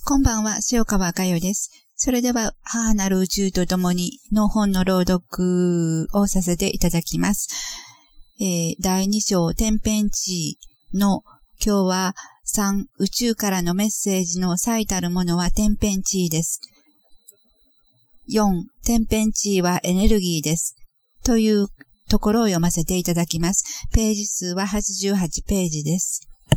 こんばんは、塩川佳代です。それでは、母なる宇宙と共にの本の朗読をさせていただきます。第2章、天変地異の今日は3、宇宙からのメッセージの最たるものは天変地異です。4、天変地異はエネルギーです。というところを読ませていただきます。ページ数は88ページです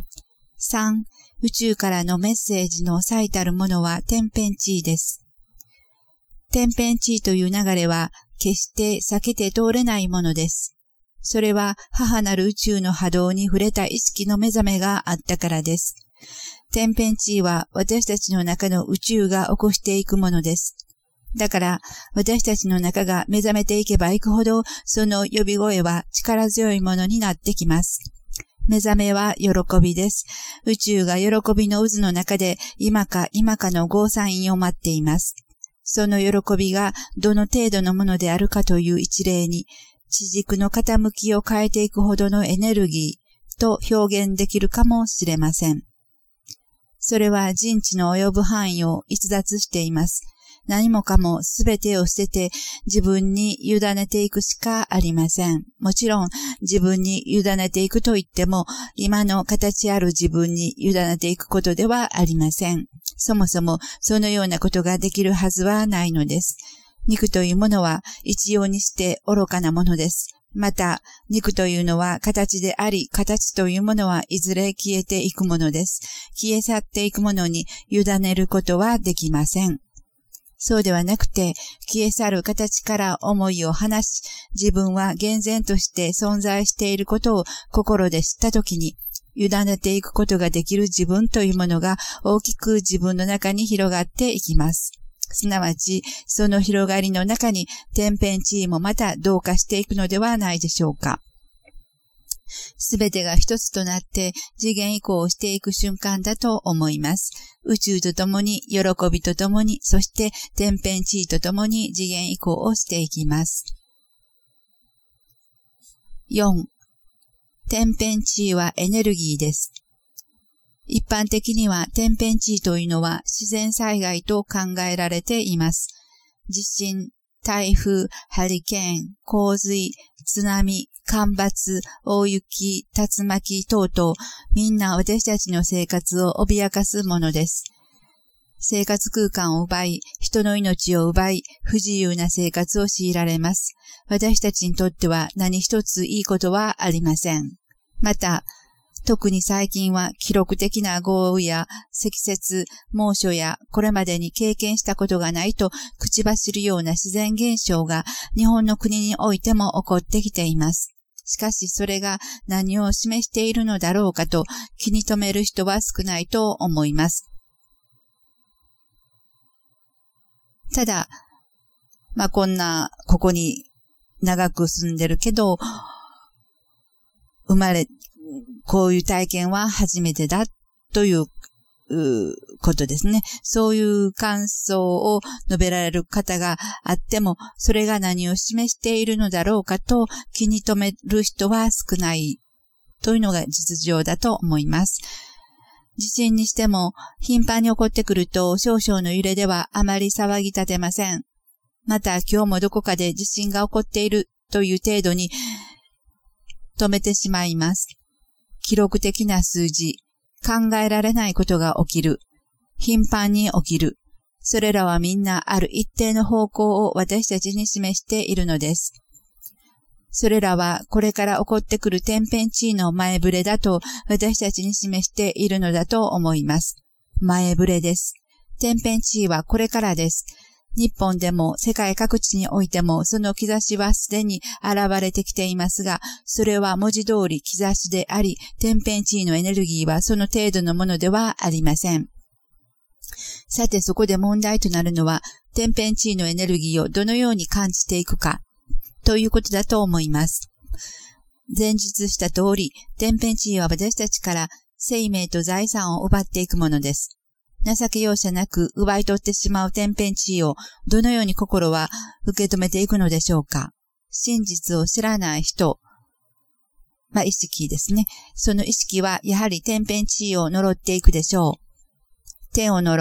。3、宇宙からのメッセージの最たるものは天変地異です。天変地異という流れは決して避けて通れないものです。それは母なる宇宙の波動に触れた意識の目覚めがあったからです。天変地異は私たちの中の宇宙が起こしていくものです。だから私たちの中が目覚めていけばいくほどその呼び声は力強いものになってきます。目覚めは喜びです。宇宙が喜びの渦の中で今かのゴーサインを待っています。その喜びがどの程度のものであるかという一例に、地軸の傾きを変えていくほどのエネルギーと表現できるかもしれません。それは人知の及ぶ範囲を逸脱しています。何もかもすべてを捨てて自分に委ねていくしかありません。もちろん自分に委ねていくと言っても今の形ある自分に委ねていくことではありません。そもそもそのようなことができるはずはないのです。肉というものは一様にして愚かなものです。また肉というのは形であり、形というものはいずれ消えていくものです。消え去っていくものに委ねることはできません。そうではなくて、消え去る形から思いを離し、自分は厳然として存在していることを心で知ったときに、委ねていくことができる自分というものが大きく自分の中に広がっていきます。すなわち、その広がりの中に天変地異もまた同化していくのではないでしょうか。すべてが一つとなって次元移行をしていく瞬間だと思います。宇宙とともに、喜びとともに、そして天変地異とともに次元移行をしていきます。4. 天変地異はエネルギーです。一般的には天変地異というのは自然災害と考えられています。地震、台風、ハリケーン、洪水、津波、干ばつ、大雪、竜巻等々、みんな私たちの生活を脅かすものです。生活空間を奪い、人の命を奪い、不自由な生活を強いられます。私たちにとっては何一ついいことはありません。また、特に最近は記録的な豪雨や積雪、猛暑やこれまでに経験したことがないと口走るような自然現象が日本の国においても起こってきています。しかしそれが何を示しているのだろうかと気に留める人は少ないと思います。ただ、ここに長く住んでるけど、こういう体験は初めてだということですね。そういう感想を述べられる方があっても、それが何を示しているのだろうかと気に留める人は少ないというのが実情だと思います。地震にしても頻繁に起こってくると少々の揺れではあまり騒ぎ立てません。また今日もどこかで地震が起こっているという程度に止めてしまいます。記録的な数字、考えられないことが起きる。頻繁に起きる。それらはみんなある一定の方向を私たちに示しているのです。それらはこれから起こってくる天変地異の前触れだと私たちに示しているのだと思います。前触れです。天変地異はこれからです。日本でも世界各地においてもその兆しはすでに現れてきていますが、それは文字通り兆しであり、天変地異のエネルギーはその程度のものではありません。さてそこで問題となるのは、天変地異のエネルギーをどのように感じていくか、ということだと思います。前述した通り、天変地異は私たちから生命と財産を奪っていくものです。情け容赦なく奪い取ってしまう天変地異をどのように心は受け止めていくのでしょうか。真実を知らない人、意識ですね。その意識はやはり天変地異を呪っていくでしょう。天を呪い、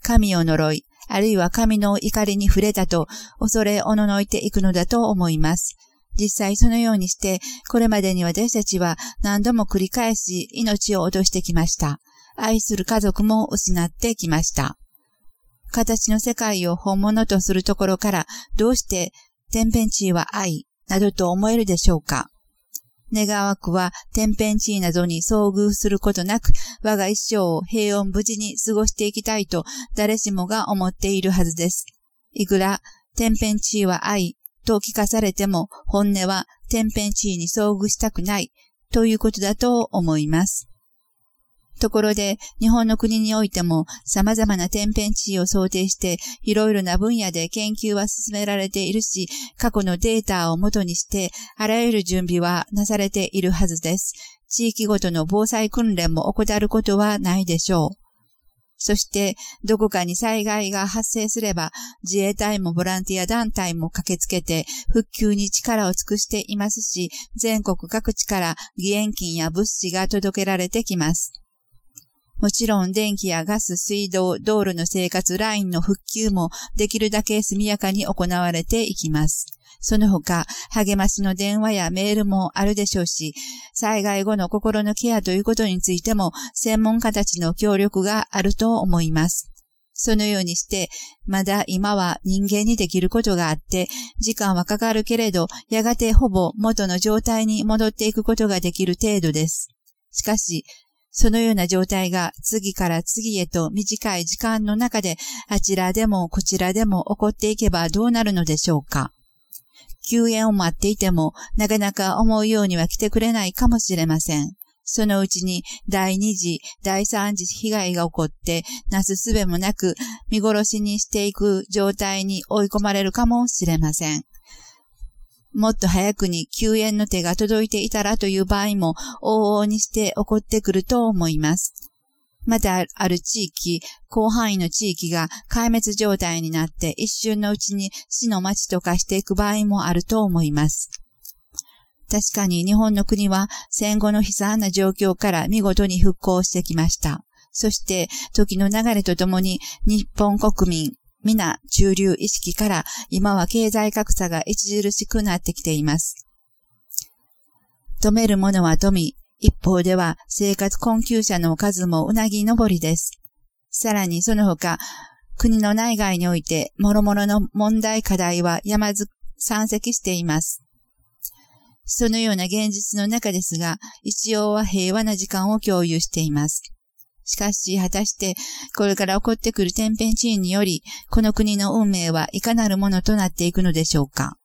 神を呪い、あるいは神の怒りに触れたと恐れおののいていくのだと思います。実際そのようにして、これまでに私たちは何度も繰り返し命を落としてきました。愛する家族も失ってきました。形の世界を本物とするところから、どうして天変地異は愛などと思えるでしょうか。願わくは天変地異などに遭遇することなく、我が一生を平穏無事に過ごしていきたいと誰しもが思っているはずです。いくら天変地異は愛と聞かされても、本音は天変地異に遭遇したくないということだと思います。ところで、日本の国においても様々な天変地異を想定して、いろいろな分野で研究は進められているし、過去のデータを元にして、あらゆる準備はなされているはずです。地域ごとの防災訓練も怠ることはないでしょう。そして、どこかに災害が発生すれば、自衛隊もボランティア団体も駆けつけて、復旧に力を尽くしていますし、全国各地から義援金や物資が届けられてきます。もちろん電気やガス、水道、道路の生活ラインの復旧もできるだけ速やかに行われていきます。その他、励ましの電話やメールもあるでしょうし、災害後の心のケアということについても専門家たちの協力があると思います。そのようにして、まだ今は人間にできることがあって、時間はかかるけれど、やがてほぼ元の状態に戻っていくことができる程度です。しかし、そのような状態が次から次へと短い時間の中であちらでもこちらでも起こっていけばどうなるのでしょうか。救援を待っていてもなかなか思うようには来てくれないかもしれません。そのうちに第2次、第3次被害が起こってなすすべもなく見殺しにしていく状態に追い込まれるかもしれません。もっと早くに救援の手が届いていたらという場合も往々にして起こってくると思います。またある地域、広範囲の地域が壊滅状態になって一瞬のうちに死の町と化していく場合もあると思います。確かに日本の国は戦後の悲惨な状況から見事に復興してきました。そして時の流れとともに日本国民、皆中流意識から今は経済格差が著しくなってきています。富める者は富、一方では生活困窮者の数もうなぎ登りです。さらにその他、国の内外において諸々の問題課題は山積しています。そのような現実の中ですが、一応は平和な時間を共有しています。しかし、果たして、これから起こってくる天変地異により、この国の運命はいかなるものとなっていくのでしょうか。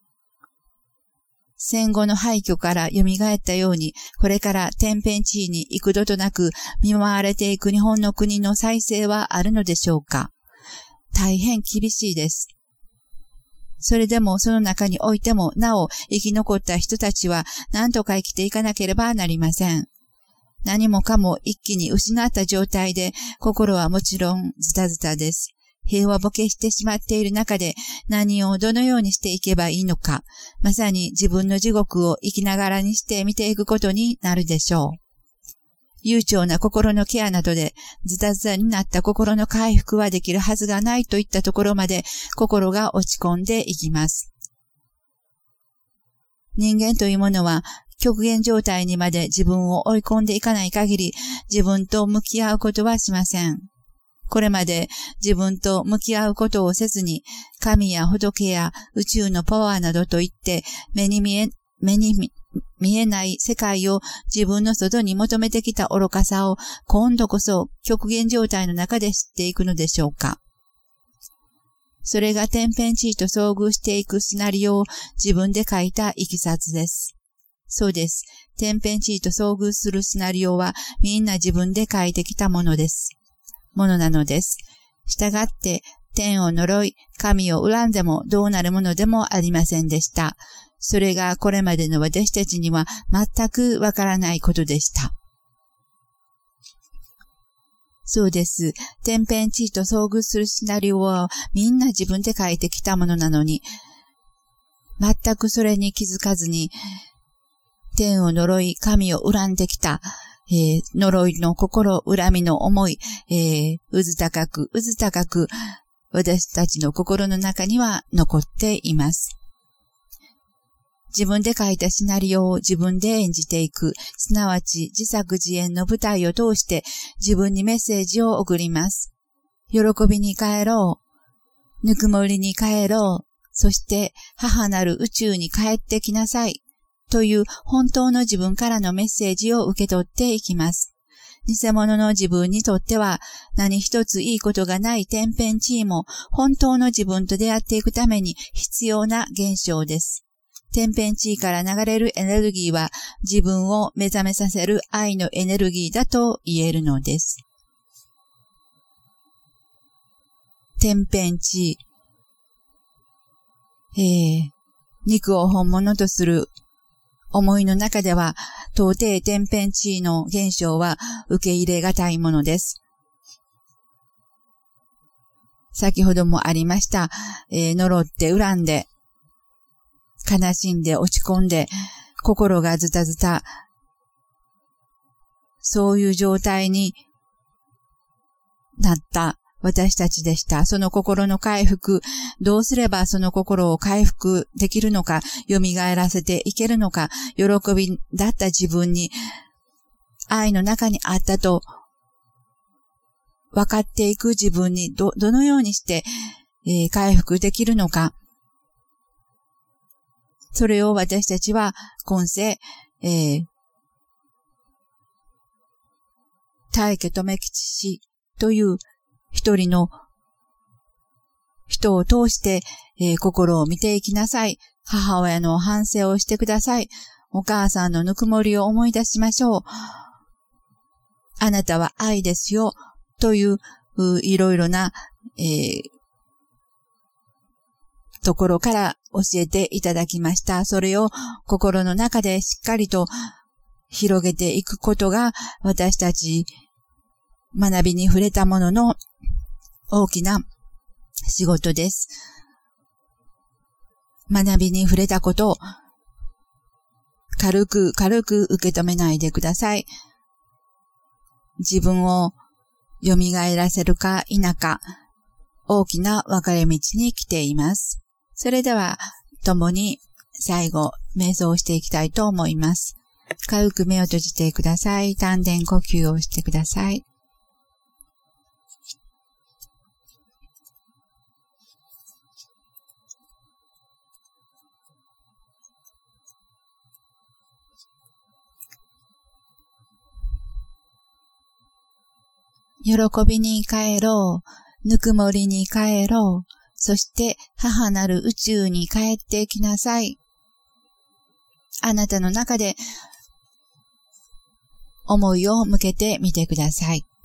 戦後の廃墟から蘇ったように、これから天変地異に幾度となく見舞われていく日本の国の再生はあるのでしょうか。大変厳しいです。それでもその中においても、なお生き残った人たちは何とか生きていかなければなりません。何もかも一気に失った状態で、心はもちろんズタズタです。平和ボケしてしまっている中で、何をどのようにしていけばいいのか、まさに自分の地獄を生きながらにして見ていくことになるでしょう。悠長な心のケアなどで、ズタズタになった心の回復はできるはずがないといったところまで、心が落ち込んでいきます。人間というものは、極限状態にまで自分を追い込んでいかない限り、自分と向き合うことはしません。これまで自分と向き合うことをせずに、神や仏や宇宙のパワーなどといって、目に見えない世界を自分の外に求めてきた愚かさを、今度こそ極限状態の中で知っていくのでしょうか。それが天変地異と遭遇していくシナリオを自分で書いたいきさつです。そうです。天変地異と遭遇するシナリオはみんな自分で書いてきたものなのです。したがって天を呪い、神を恨んでもどうなるものでもありませんでした。それがこれまでの私たちには全くわからないことでした。そうです。天変地異と遭遇するシナリオはみんな自分で書いてきたものなのに、全くそれに気づかずに、天を呪い、神を恨んできた。 呪いの心、恨みの思い、うず高く、私たちの心の中には残っています。自分で書いたシナリオを自分で演じていく、すなわち自作自演の舞台を通して自分にメッセージを送ります。喜びに帰ろう。ぬくもりに帰ろう。そして母なる宇宙に帰ってきなさい。という本当の自分からのメッセージを受け取っていきます。偽物の自分にとっては何一ついいことがない天変地異も本当の自分と出会っていくために必要な現象です。天変地異から流れるエネルギーは自分を目覚めさせる愛のエネルギーだと言えるのです。天変地異、肉を本物とする思いの中では到底天変地異の現象は受け入れがたいものです。先ほどもありました、呪って恨んで悲しんで落ち込んで、心がズタズタ、そういう状態になった私たちでした。その心の回復、どうすればその心を回復できるのか、蘇らせていけるのか、喜びだった自分に愛の中にあったと分かっていく自分にどのようにして、回復できるのか、それを私たちは今世、大家留吉氏という一人の人を通して、心を見ていきなさい。母親の反省をしてください。お母さんのぬくもりを思い出しましょう。あなたは愛ですよ。といういろいろな、ところから教えていただきました。それを心の中でしっかりと広げていくことが私たち学びに触れたものの大きな仕事です。学びに触れたことを軽く受け止めないでください。自分を蘇らせるか否か大きな分かれ道に来ています。それでは、共に最後、瞑想していきたいと思います。軽く目を閉じてください。丹田呼吸をしてください。喜びに帰ろう。ぬくもりに帰ろう。そして母なる宇宙に帰ってきなさい。あなたの中で思いを向けてみてください。